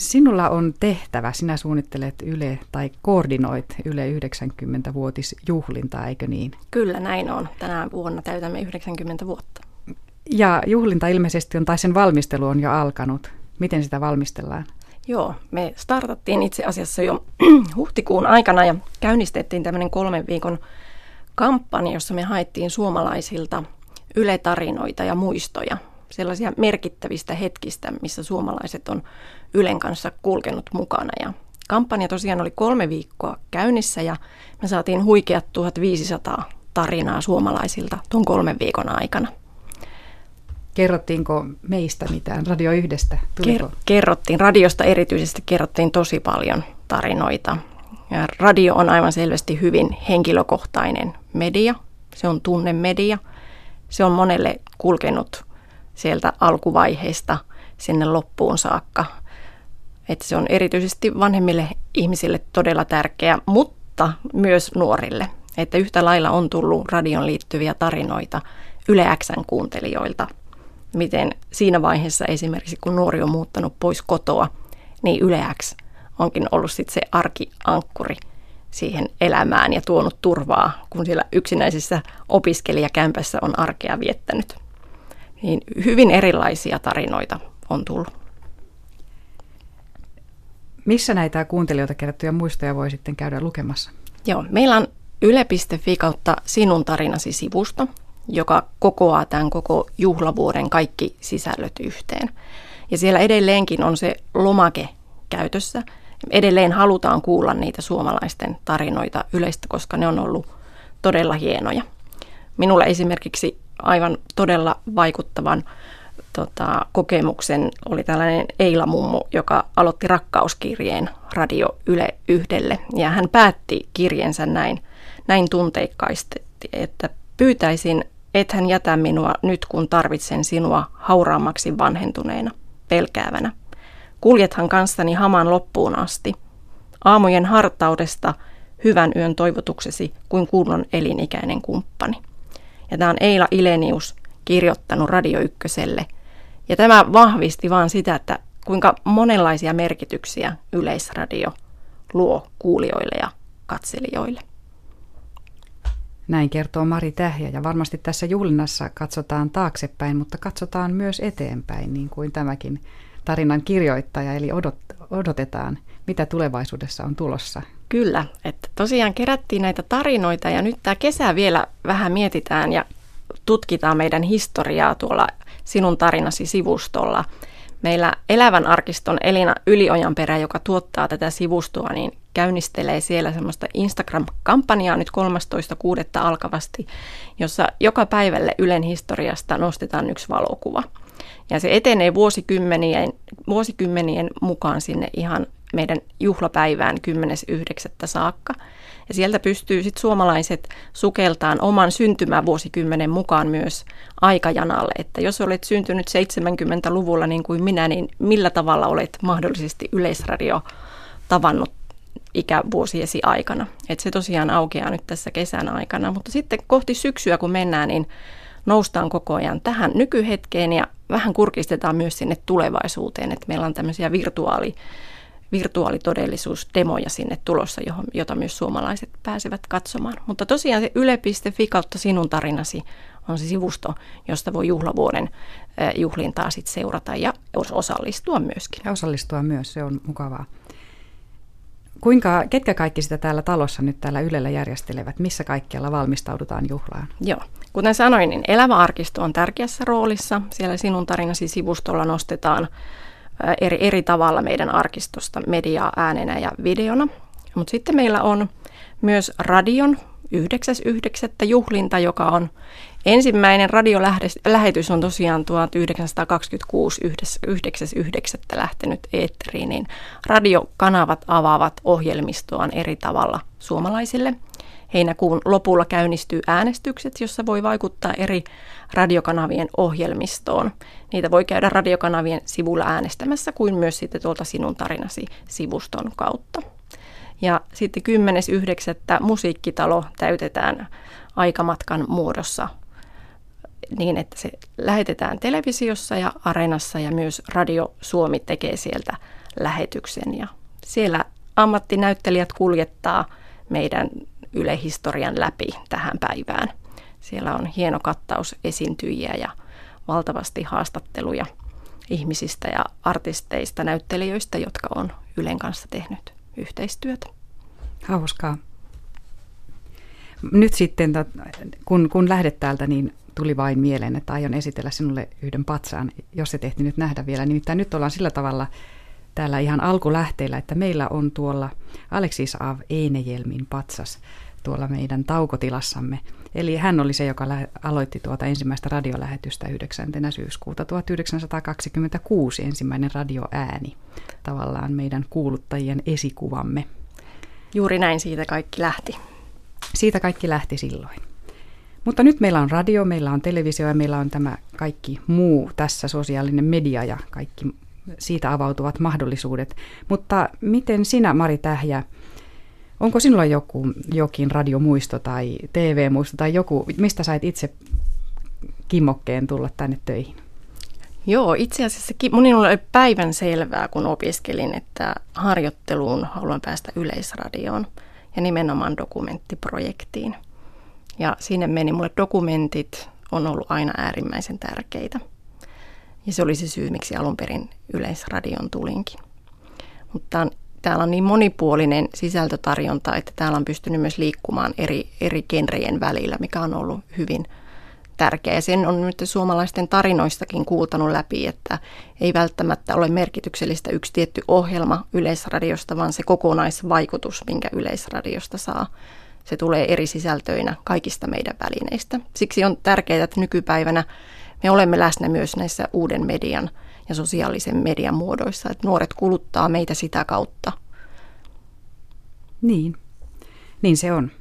Sinulla on tehtävä, sinä suunnittelet Yle tai koordinoit Yle 90-vuotisjuhlintaa, eikö niin? Kyllä näin on. Tänä vuonna täytämme 90 vuotta. Ja juhlinta ilmeisesti on, tai sen valmistelu on jo alkanut. Miten sitä valmistellaan? Joo, me startattiin itse asiassa jo huhtikuun aikana ja käynnistettiin tämmöinen 3 viikon kampanja, jossa me haettiin suomalaisilta Yle-tarinoita ja muistoja. Sellaisia merkittävistä hetkistä, missä suomalaiset on Ylen kanssa kulkenut mukana. Ja kampanja tosiaan oli 3 viikkoa käynnissä ja me saatiin huikeat 1500 tarinaa suomalaisilta tuon 3 viikon aikana. Kerrottiinko meistä mitään Radio 1:stä? Kerrottiin. Radiosta erityisesti kerrottiin tosi paljon tarinoita. Ja radio on aivan selvästi hyvin henkilökohtainen media. Se on tunnemedia. Se on monelle kulkenut sieltä alkuvaiheesta sinne loppuun saakka. Että se on erityisesti vanhemmille ihmisille todella tärkeä, mutta myös nuorille. Että yhtä lailla on tullut radion liittyviä tarinoita Yle X:n kuuntelijoilta. Miten siinä vaiheessa esimerkiksi, kun nuori on muuttanut pois kotoa, niin Yle X onkin ollut sitten se arkiankkuri siihen elämään ja tuonut turvaa, kun siellä yksinäisessä opiskelijakämpässä on arkea viettänyt. Niin hyvin erilaisia tarinoita on tullut. Missä näitä kuuntelijoilta kerättyjä muistoja voi sitten käydä lukemassa? Joo, meillä on yle.fi kautta Sinun tarinasi sivusto, joka kokoaa tämän koko juhlavuoden kaikki sisällöt yhteen. Ja siellä edelleenkin on se lomake käytössä. Edelleen halutaan kuulla niitä suomalaisten tarinoita Ylestä, koska ne on ollut todella hienoja. Minulla esimerkiksi aivan todella vaikuttavan kokemuksen oli tällainen Eila-mummu, joka aloitti rakkauskirjeen Radio Yle 1:lle. Ja hän päätti kirjensä näin tunteikkaasti, että pyytäisin, et hän jätä minua nyt, kun tarvitsen sinua hauraammaksi vanhentuneena, pelkäävänä. Kuljethan kanssani hamaan loppuun asti. Aamujen hartaudesta hyvän yön toivotuksesi kuin kunnon elinikäinen kumppani. Ja tämä on Eila Ilenius kirjoittanut Radio Ykköselle. Ja tämä vahvisti vaan sitä, että kuinka monenlaisia merkityksiä Yleisradio luo kuulijoille ja katselijoille. Näin kertoo Mari Tähjä, ja varmasti tässä juhlinnassa katsotaan taaksepäin, mutta katsotaan myös eteenpäin, niin kuin tämäkin tarinan kirjoittaja, eli odotetaan, mitä tulevaisuudessa on tulossa. Kyllä, että tosiaan kerättiin näitä tarinoita ja nyt tämä kesä vielä vähän mietitään ja tutkitaan meidän historiaa tuolla Sinun tarinasi sivustolla. Meillä Elävän arkiston Elina Yliojanperä, joka tuottaa tätä sivustoa, niin käynnistelee siellä semmoista Instagram-kampanjaa nyt 13.6. alkavasti, jossa joka päivälle Ylen historiasta nostetaan yksi valokuva. Ja se etenee vuosikymmenien mukaan sinne ihan meidän juhlapäivään 10.9. saakka. Ja sieltä pystyy sitten suomalaiset sukeltaan oman syntymävuosikymmenen mukaan myös aikajanalle, että jos olet syntynyt 70-luvulla niin kuin minä, niin millä tavalla olet mahdollisesti Yleisradio tavannut ikävuosiesi aikana. Että se tosiaan aukeaa nyt tässä kesän aikana, mutta sitten kohti syksyä kun mennään, niin noustaan koko ajan tähän nykyhetkeen ja vähän kurkistetaan myös sinne tulevaisuuteen, että meillä on tämmöisiä virtuaalitodellisuusdemoja sinne tulossa, jota myös suomalaiset pääsevät katsomaan. Mutta tosiaan se yle.fi kautta Sinun tarinasi on se sivusto, josta voi juhlavuoden juhlintaa sit seurata ja osallistua myöskin. Ja osallistua myös, se on mukavaa. Ketkä kaikki sitä täällä talossa nyt täällä Ylellä järjestelevät? Missä kaikkialla valmistaudutaan juhlaan? Joo, kuten sanoin, niin Elävä arkisto on tärkeässä roolissa. Siellä Sinun tarinasi sivustolla nostetaan eri tavalla meidän arkistosta mediaa äänenä ja videona. Mutta sitten meillä on myös radion 9.9. juhlinta, joka on ensimmäinen radiolähetys on tosiaan 1926 9.9. lähtenyt eetteriin, niin radiokanavat avaavat ohjelmistoaan eri tavalla suomalaisille. Heinäkuun lopulla käynnistyy äänestykset, jossa voi vaikuttaa eri radiokanavien ohjelmistoon. Niitä voi käydä radiokanavien sivulla äänestämässä kuin myös sitten tuolta Sinun tarinasi sivuston kautta. Ja sitten 10.9. musiikkitalo täytetään aikamatkan muodossa niin, että se lähetetään televisiossa ja Areenassa ja myös Radio Suomi tekee sieltä lähetyksen. Ja siellä ammattinäyttelijät kuljettaa meidän Yle-historian läpi tähän päivään. Siellä on hieno kattaus esiintyjiä ja valtavasti haastatteluja ihmisistä ja artisteista, näyttelijöistä, jotka on Ylen kanssa tehnyt yhteistyötä. Hauskaa. Nyt sitten, kun lähdet täältä, niin tuli vain mieleen, että aion esitellä sinulle yhden patsaan, jos se tehtiin nyt nähdä vielä. Nimittäin nyt ollaan sillä tavalla täällä ihan alkulähteillä, että meillä on tuolla Alexis av Enejelmin patsas tuolla meidän taukotilassamme. Eli hän oli se, joka aloitti tuota ensimmäistä radiolähetystä 9. syyskuuta 1926, ensimmäinen radioääni, tavallaan meidän kuuluttajien esikuvamme. Juuri näin siitä kaikki lähti. Siitä kaikki lähti silloin. Mutta nyt meillä on radio, meillä on televisio ja meillä on tämä kaikki muu tässä, sosiaalinen media ja kaikki siitä avautuvat mahdollisuudet. Mutta miten sinä, Mari Tähjä, onko sinulla jokin radiomuisto tai TV-muisto tai joku, mistä sait itse kimmokkeen tulla tänne töihin? Joo, itse asiassa minulla oli päivän selvää, kun opiskelin, että harjoitteluun haluan päästä Yleisradioon ja nimenomaan dokumenttiprojektiin. Ja sinne meni mulle dokumentit, on ollut aina äärimmäisen tärkeitä. Ja se oli se syy, miksi alun perin Yleisradioon tulinkin. Mutta täällä on niin monipuolinen sisältötarjonta, että täällä on pystynyt myös liikkumaan eri genrejen välillä, mikä on ollut hyvin tärkeä. Ja sen on nyt suomalaisten tarinoistakin kuultanut läpi, että ei välttämättä ole merkityksellistä yksi tietty ohjelma Yleisradiosta, vaan se kokonaisvaikutus, minkä Yleisradiosta saa. Se tulee eri sisältöinä kaikista meidän välineistä. Siksi on tärkeää, että nykypäivänä me olemme läsnä myös näissä uuden median ja sosiaalisen median muodoissa, että nuoret kuluttaa meitä sitä kautta. Niin se on.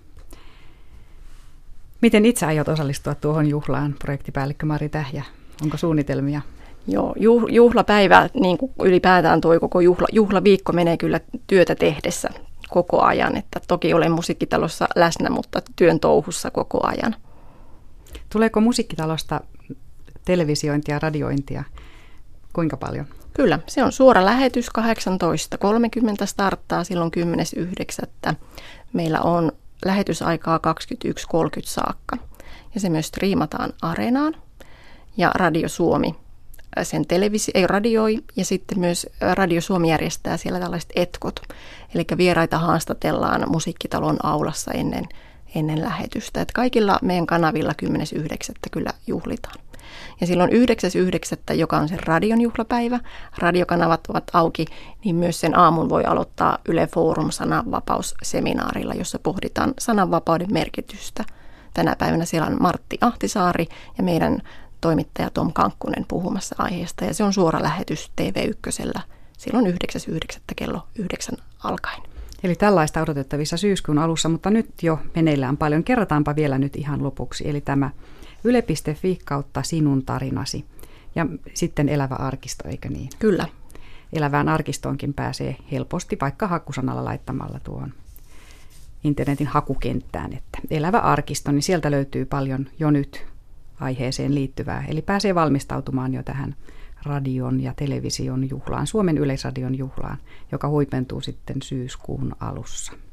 Miten itse aiot osallistua tuohon juhlaan, projektipäällikkö Mari Tähjä? Onko suunnitelmia? Joo, juhlapäivä, niin kuin ylipäätään tuo koko juhlaviikko menee kyllä työtä tehdessä koko ajan. Että toki olen Musiikkitalossa läsnä, mutta työn touhussa koko ajan. Tuleeko Musiikkitalosta televisiointia, radiointia? Kuinka paljon? Kyllä, se on suora lähetys, 18.30 starttaa silloin 10.9. Meillä on lähetysaikaa 21.30 saakka. Ja se myös striimataan Areenaan ja Radio Suomi sen radioi ja sitten myös Radio Suomi järjestää siellä tällaiset etkot. Eli vieraita haastatellaan Musiikkitalon aulassa ennen lähetystä. Et kaikilla meidän kanavilla 10.9. kyllä juhlitaan. Ja silloin 9.9., joka on se radion juhlapäivä, radiokanavat ovat auki, niin myös sen aamun voi aloittaa Yle Forum sananvapausseminaarilla, jossa pohditaan sananvapauden merkitystä. Tänä päivänä siellä on Martti Ahtisaari ja meidän toimittaja Tom Kankkunen puhumassa aiheesta. Ja se on suora lähetys TV1 silloin 9.9. kello 9 alkaen. Eli tällaista odotettavissa syyskuun alussa, mutta nyt jo meneillään paljon. Kerrataanpa vielä nyt ihan lopuksi. Eli tämä yle.fi kautta sinun tarinasi ja sitten elävä arkisto, eikö niin? Kyllä. Elävään arkistoonkin pääsee helposti vaikka hakusanalla laittamalla tuohon internetin hakukenttään, että elävä arkisto, niin sieltä löytyy paljon jo nyt aiheeseen liittyvää. Eli pääsee valmistautumaan jo tähän radion ja television juhlaan, Suomen Yleisradion juhlaan, joka huipentuu sitten syyskuun alussa.